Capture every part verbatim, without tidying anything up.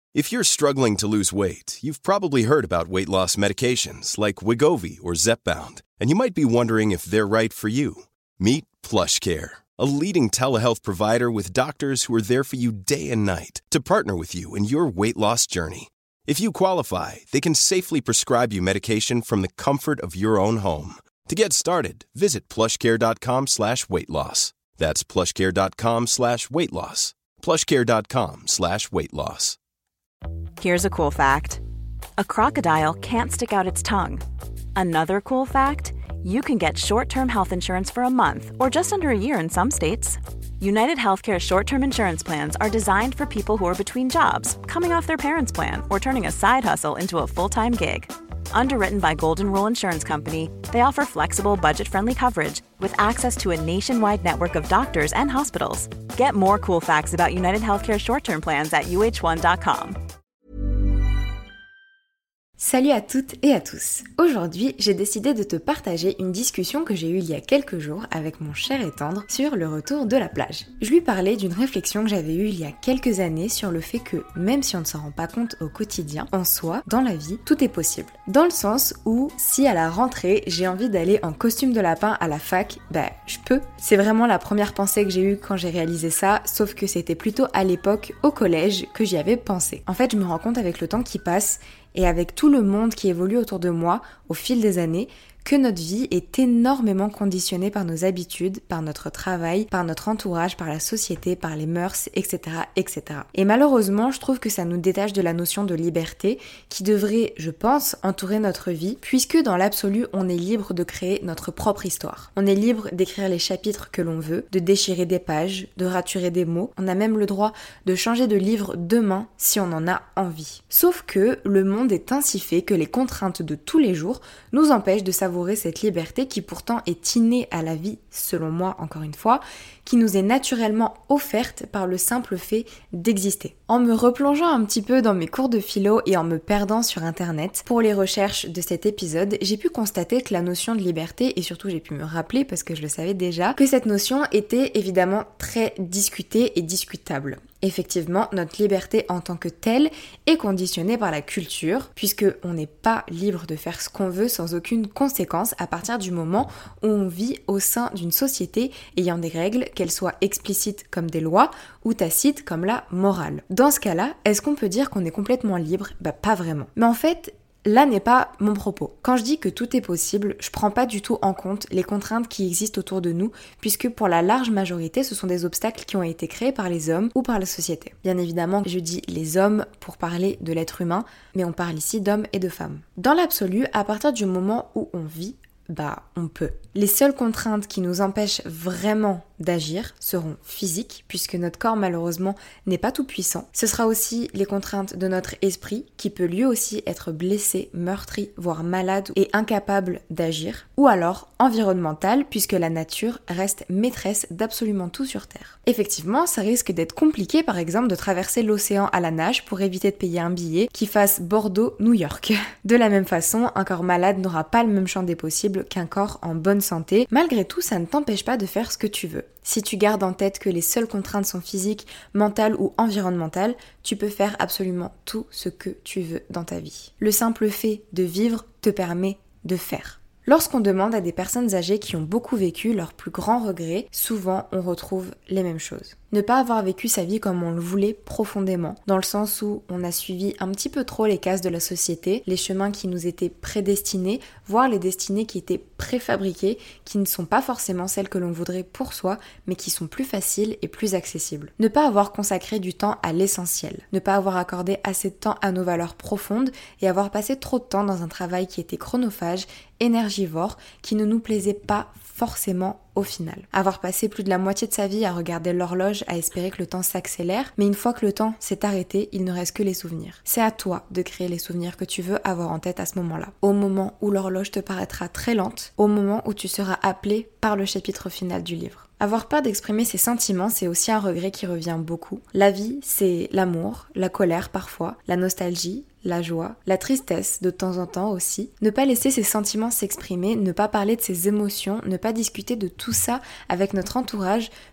If you're struggling to lose weight, you've probably heard about weight loss medications like Wegovy or Zepbound, and you might be wondering if they're right for you. Meet PlushCare, a leading telehealth provider with doctors who are there for you day and night to partner with you in your weight loss journey. If you qualify, they can safely prescribe you medication from the comfort of your own home. To get started, visit plushcare.com slash weight loss. That's plushcare.com slash weight loss. plushcare.com slash weight loss. Here's a cool fact. A crocodile can't stick out its tongue. Another cool fact, you can get short-term health insurance for a month or just under a year in some states. United Healthcare short-term insurance plans are designed for people who are between jobs, coming off their parents' plan, or turning a side hustle into a full-time gig. Underwritten by Golden Rule Insurance Company, they offer flexible, budget-friendly coverage with access to a nationwide network of doctors and hospitals. Get more cool facts about United Healthcare short-term plans at U H one dot com. Salut à toutes et à tous. Aujourd'hui, j'ai décidé de te partager une discussion que j'ai eue il y a quelques jours avec mon cher et tendre sur le retour de la plage. Je lui parlais d'une réflexion que j'avais eue il y a quelques années sur le fait que, même si on ne s'en rend pas compte au quotidien, en soi, dans la vie, tout est possible. Dans le sens où, si à la rentrée, j'ai envie d'aller en costume de lapin à la fac, bah, je peux. C'est vraiment la première pensée que j'ai eue quand j'ai réalisé ça, sauf que c'était plutôt à l'époque, au collège, que j'y avais pensé. En fait, je me rends compte avec le temps qui passe, et avec tout le monde qui évolue autour de moi au fil des années, que notre vie est énormément conditionnée par nos habitudes, par notre travail, par notre entourage, par la société, par les mœurs, et cetera, et cetera. Et malheureusement, je trouve que ça nous détache de la notion de liberté qui devrait, je pense, entourer notre vie, puisque dans l'absolu, on est libre de créer notre propre histoire. On est libre d'écrire les chapitres que l'on veut, de déchirer des pages, de raturer des mots. On a même le droit de changer de livre demain si on en a envie. Sauf que le monde est ainsi fait que les contraintes de tous les jours nous empêchent de savoir cette liberté qui pourtant est innée à la vie, selon moi encore une fois, qui nous est naturellement offerte par le simple fait d'exister. En me replongeant un petit peu dans mes cours de philo et en me perdant sur internet, pour les recherches de cet épisode, j'ai pu constater que la notion de liberté, et surtout j'ai pu me rappeler, parce que je le savais déjà, que cette notion était évidemment très discutée et discutable. Effectivement, notre liberté en tant que telle est conditionnée par la culture, puisque on n'est pas libre de faire ce qu'on veut sans aucune conséquence à partir du moment où on vit au sein d'une société ayant des règles, qu'elles soient explicites comme des lois ou tacites comme la morale. Dans ce cas-là, est-ce qu'on peut dire qu'on est complètement libre ? Bah pas vraiment. Mais en fait, là n'est pas mon propos. Quand je dis que tout est possible, je prends pas du tout en compte les contraintes qui existent autour de nous, puisque pour la large majorité, ce sont des obstacles qui ont été créés par les hommes ou par la société. Bien évidemment, je dis les hommes pour parler de l'être humain, mais on parle ici d'hommes et de femmes. Dans l'absolu, à partir du moment où on vit, bah on peut. Les seules contraintes qui nous empêchent vraiment d'agir seront physiques, puisque notre corps malheureusement n'est pas tout puissant. Ce sera aussi les contraintes de notre esprit, qui peut lui aussi être blessé, meurtri, voire malade et incapable d'agir. Ou alors environnemental, puisque la nature reste maîtresse d'absolument tout sur Terre. Effectivement, ça risque d'être compliqué par exemple de traverser l'océan à la nage pour éviter de payer un billet qui fasse Bordeaux-New York. De la même façon, un corps malade n'aura pas le même champ des possibles qu'un corps en bonne santé. Malgré tout, ça ne t'empêche pas de faire ce que tu veux. Si tu gardes en tête que les seules contraintes sont physiques, mentales ou environnementales, tu peux faire absolument tout ce que tu veux dans ta vie. Le simple fait de vivre te permet de faire. Lorsqu'on demande à des personnes âgées qui ont beaucoup vécu leurs plus grands regrets, souvent on retrouve les mêmes choses. Ne pas avoir vécu sa vie comme on le voulait profondément, dans le sens où on a suivi un petit peu trop les cases de la société, les chemins qui nous étaient prédestinés, voire les destinées qui étaient préfabriquées, qui ne sont pas forcément celles que l'on voudrait pour soi, mais qui sont plus faciles et plus accessibles. Ne pas avoir consacré du temps à l'essentiel, ne pas avoir accordé assez de temps à nos valeurs profondes et avoir passé trop de temps dans un travail qui était chronophage, énergivore, qui ne nous plaisait pas forcément au final. Avoir passé plus de la moitié de sa vie à regarder l'horloge, à espérer que le temps s'accélère, mais une fois que le temps s'est arrêté, il ne reste que les souvenirs. C'est à toi de créer les souvenirs que tu veux avoir en tête à ce moment-là. Au moment où l'horloge te paraîtra très lente, au moment où tu seras appelé par le chapitre final du livre. Avoir peur d'exprimer ses sentiments, c'est aussi un regret qui revient beaucoup. La vie, c'est l'amour, la colère parfois, la nostalgie, la joie, la tristesse de temps en temps aussi. Ne pas laisser ses sentiments s'exprimer, ne pas parler de ses émotions, ne pas discuter de tout ça avec notre entourage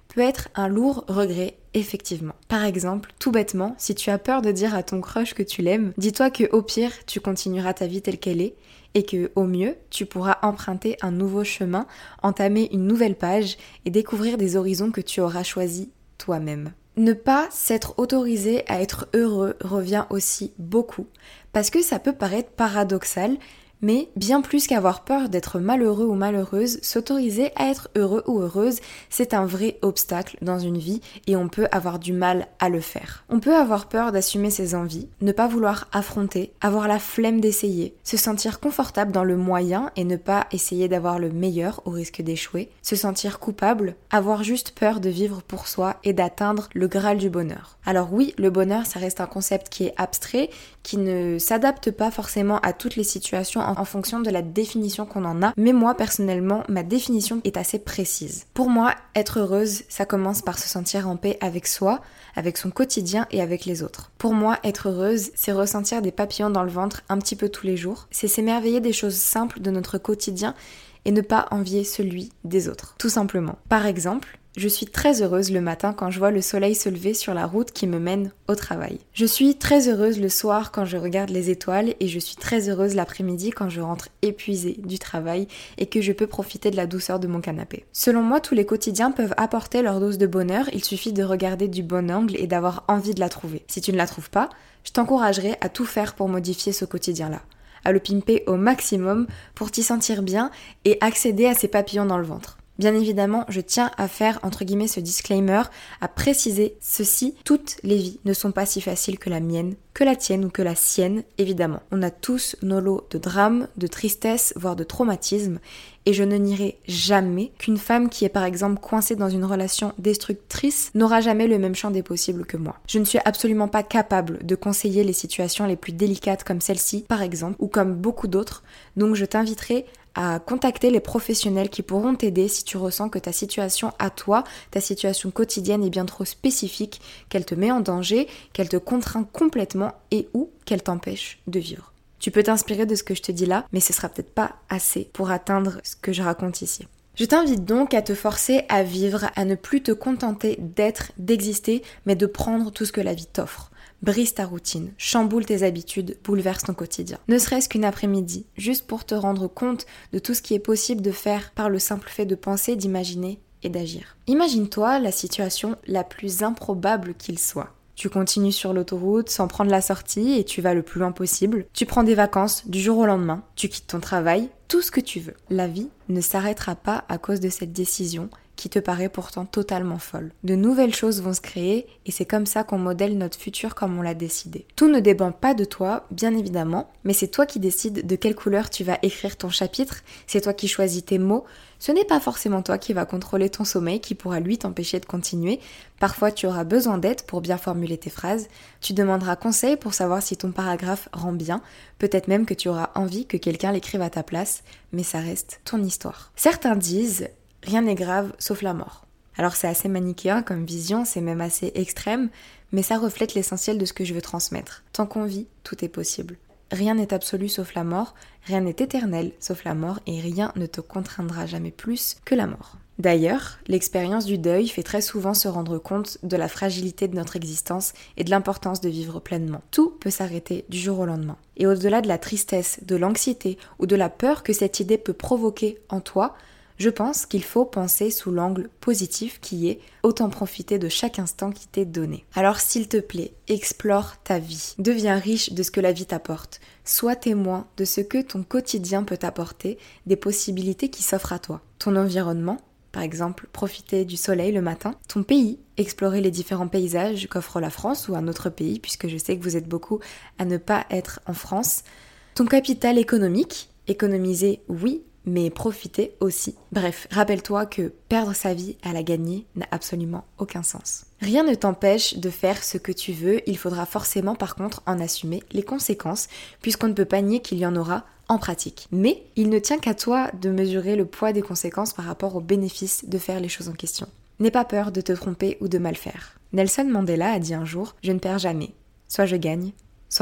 peut être un lourd regret, effectivement. Par exemple, tout bêtement, si tu as peur de dire à ton crush que tu l'aimes, dis-toi que au pire, tu continueras ta vie telle qu'elle est et que au mieux, tu pourras emprunter un nouveau chemin, entamer une nouvelle page et découvrir des horizons que tu auras choisis toi-même. Ne pas s'être autorisé à être heureux revient aussi beaucoup, parce que ça peut paraître paradoxal, mais bien plus qu'avoir peur d'être malheureux ou malheureuse, s'autoriser à être heureux ou heureuse, c'est un vrai obstacle dans une vie et on peut avoir du mal à le faire. On peut avoir peur d'assumer ses envies, ne pas vouloir affronter, avoir la flemme d'essayer, se sentir confortable dans le moyen et ne pas essayer d'avoir le meilleur au risque d'échouer, se sentir coupable, avoir juste peur de vivre pour soi et d'atteindre le Graal du bonheur. Alors oui, le bonheur, ça reste un concept qui est abstrait, qui ne s'adapte pas forcément à toutes les situations en fonction de la définition qu'on en a, mais moi personnellement, ma définition est assez précise. Pour moi, être heureuse, ça commence par se sentir en paix avec soi, avec son quotidien et avec les autres. Pour moi, être heureuse, c'est ressentir des papillons dans le ventre un petit peu tous les jours, c'est s'émerveiller des choses simples de notre quotidien et ne pas envier celui des autres, tout simplement. Par exemple, je suis très heureuse le matin quand je vois le soleil se lever sur la route qui me mène au travail. Je suis très heureuse le soir quand je regarde les étoiles et je suis très heureuse l'après-midi quand je rentre épuisée du travail et que je peux profiter de la douceur de mon canapé. Selon moi, tous les quotidiens peuvent apporter leur dose de bonheur, il suffit de regarder du bon angle et d'avoir envie de la trouver. Si tu ne la trouves pas, je t'encouragerai à tout faire pour modifier ce quotidien-là, à le pimper au maximum pour t'y sentir bien et accéder à ces papillons dans le ventre. Bien évidemment, je tiens à faire entre guillemets ce disclaimer, à préciser ceci, toutes les vies ne sont pas si faciles que la mienne, que la tienne ou que la sienne, évidemment. On a tous nos lots de drames, de tristesse, voire de traumatismes, et je ne nierai jamais qu'une femme qui est par exemple coincée dans une relation destructrice n'aura jamais le même champ des possibles que moi. Je ne suis absolument pas capable de conseiller les situations les plus délicates comme celle-ci, par exemple, ou comme beaucoup d'autres, donc je t'inviterai à contacter les professionnels qui pourront t'aider si tu ressens que ta situation à toi, ta situation quotidienne est bien trop spécifique, qu'elle te met en danger, qu'elle te contraint complètement et ou qu'elle t'empêche de vivre. Tu peux t'inspirer de ce que je te dis là, mais ce sera peut-être pas assez pour atteindre ce que je raconte ici. Je t'invite donc à te forcer à vivre, à ne plus te contenter d'être, d'exister, mais de prendre tout ce que la vie t'offre. Brise ta routine, chamboule tes habitudes, bouleverse ton quotidien. Ne serait-ce qu'une après-midi, juste pour te rendre compte de tout ce qui est possible de faire par le simple fait de penser, d'imaginer et d'agir. Imagine-toi la situation la plus improbable qu'il soit. Tu continues sur l'autoroute sans prendre la sortie et tu vas le plus loin possible. Tu prends des vacances du jour au lendemain, tu quittes ton travail, tout ce que tu veux. La vie ne s'arrêtera pas à cause de cette décision qui te paraît pourtant totalement folle. De nouvelles choses vont se créer et c'est comme ça qu'on modèle notre futur comme on l'a décidé. Tout ne dépend pas de toi, bien évidemment, mais c'est toi qui décides de quelle couleur tu vas écrire ton chapitre, c'est toi qui choisis tes mots, ce n'est pas forcément toi qui vas contrôler ton sommeil qui pourra lui t'empêcher de continuer. Parfois tu auras besoin d'aide pour bien formuler tes phrases, tu demanderas conseil pour savoir si ton paragraphe rend bien, peut-être même que tu auras envie que quelqu'un l'écrive à ta place, mais ça reste ton histoire. Certains disent « rien n'est grave sauf la mort ». Alors c'est assez manichéen comme vision, c'est même assez extrême, mais ça reflète l'essentiel de ce que je veux transmettre. Tant qu'on vit, tout est possible. Rien n'est absolu sauf la mort, rien n'est éternel sauf la mort et rien ne te contraindra jamais plus que la mort. D'ailleurs, l'expérience du deuil fait très souvent se rendre compte de la fragilité de notre existence et de l'importance de vivre pleinement. Tout peut s'arrêter du jour au lendemain. Et au-delà de la tristesse, de l'anxiété ou de la peur que cette idée peut provoquer en toi, je pense qu'il faut penser sous l'angle positif qui est autant profiter de chaque instant qui t'est donné. Alors s'il te plaît, explore ta vie. Deviens riche de ce que la vie t'apporte. Sois témoin de ce que ton quotidien peut t'apporter, des possibilités qui s'offrent à toi. Ton environnement, par exemple, profiter du soleil le matin. Ton pays, explorer les différents paysages qu'offre la France ou un autre pays, puisque je sais que vous êtes beaucoup à ne pas être en France. Ton capital économique, économiser, oui, mais profiter aussi. Bref, rappelle-toi que perdre sa vie à la gagner n'a absolument aucun sens. Rien ne t'empêche de faire ce que tu veux, il faudra forcément par contre en assumer les conséquences, puisqu'on ne peut pas nier qu'il y en aura en pratique. Mais il ne tient qu'à toi de mesurer le poids des conséquences par rapport aux bénéfices de faire les choses en question. N'aie pas peur de te tromper ou de mal faire. Nelson Mandela a dit un jour « Je ne perds jamais. Soit je gagne, soit j'apprends ».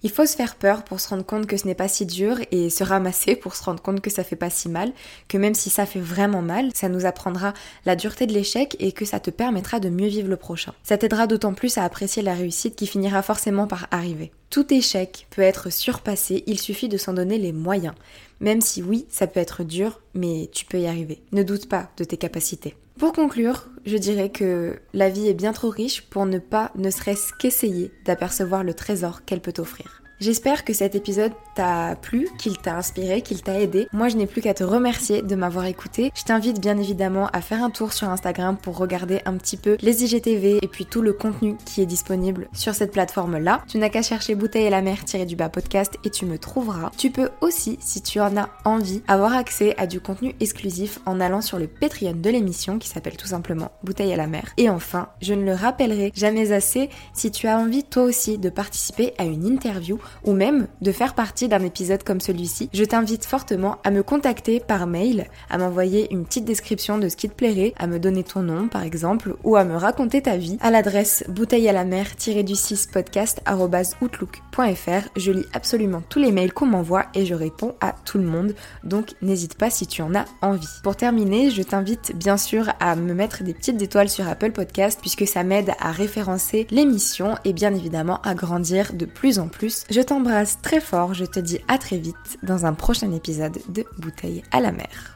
Il faut se faire peur pour se rendre compte que ce n'est pas si dur et se ramasser pour se rendre compte que ça fait pas si mal, que même si ça fait vraiment mal, ça nous apprendra la dureté de l'échec et que ça te permettra de mieux vivre le prochain. Ça t'aidera d'autant plus à apprécier la réussite qui finira forcément par arriver. Tout échec peut être surpassé, il suffit de s'en donner les moyens. Même si oui, ça peut être dur, mais tu peux y arriver. Ne doute pas de tes capacités. Pour conclure, je dirais que la vie est bien trop riche pour ne pas, ne serait-ce qu'essayer d'apercevoir le trésor qu'elle peut t'offrir. J'espère que cet épisode t'a plu, qu'il t'a inspiré, qu'il t'a aidé. Moi, je n'ai plus qu'à te remercier de m'avoir écouté. Je t'invite bien évidemment à faire un tour sur Instagram pour regarder un petit peu les I G T V et puis tout le contenu qui est disponible sur cette plateforme-là. Tu n'as qu'à chercher Bouteille à la mer tiré du bas podcast et tu me trouveras. Tu peux aussi, si tu en as envie, avoir accès à du contenu exclusif en allant sur le Patreon de l'émission qui s'appelle tout simplement Bouteille à la mer. Et enfin, je ne le rappellerai jamais assez, si tu as envie toi aussi de participer à une interview ou même de faire partie d'un épisode comme celui-ci, je t'invite fortement à me contacter par mail, à m'envoyer une petite description de ce qui te plairait, à me donner ton nom par exemple, ou à me raconter ta vie à l'adresse bouteille à la mer tiré du six podcast arobase outlook point f r. Je lis absolument tous les mails qu'on m'envoie et je réponds à tout le monde, donc n'hésite pas si tu en as envie. Pour terminer, je t'invite bien sûr à me mettre des petites étoiles sur Apple Podcast puisque ça m'aide à référencer l'émission et bien évidemment à grandir de plus en plus. Je Je t'embrasse très fort, je te dis à très vite dans un prochain épisode de Bouteille à la mer.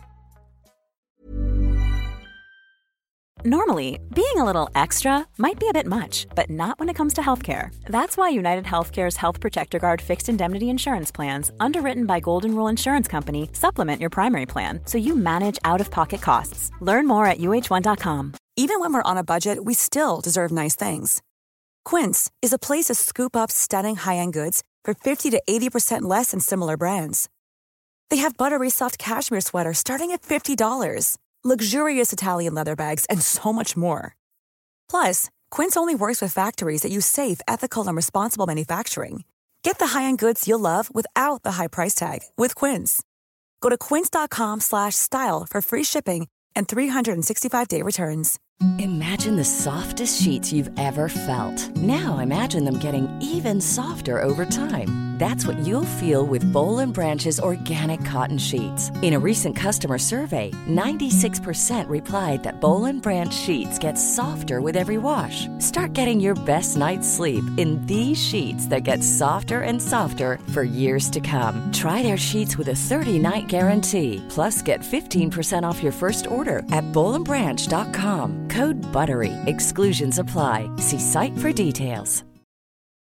Normally, being a little extra might be a bit much, but not when it comes to healthcare. That's why United Healthcare's Health Protector Guard fixed indemnity insurance plans, underwritten by Golden Rule Insurance Company, supplement your primary plan so you manage out-of-pocket costs. Learn more at U H one dot com. Even when we're on a budget, we still deserve nice things. Quince is a place to scoop up stunning high-end goods for fifty to eighty percent less than similar brands. They have buttery soft cashmere sweaters starting at fifty dollars, luxurious Italian leather bags, and so much more. Plus, Quince only works with factories that use safe, ethical, and responsible manufacturing. Get the high-end goods you'll love without the high price tag with Quince. Go to quince.com slash style for free shipping and three sixty-five day returns. Imagine the softest sheets you've ever felt. Now imagine them getting even softer over time. That's what you'll feel with Boll and Branch's organic cotton sheets. In a recent customer survey, ninety-six percent replied that Boll and Branch sheets get softer with every wash. Start getting your best night's sleep in these sheets that get softer and softer for years to come. Try their sheets with a thirty-night guarantee. Plus, get fifteen percent off your first order at boll and branch dot com. Code BUTTERY. Exclusions apply. See site for details.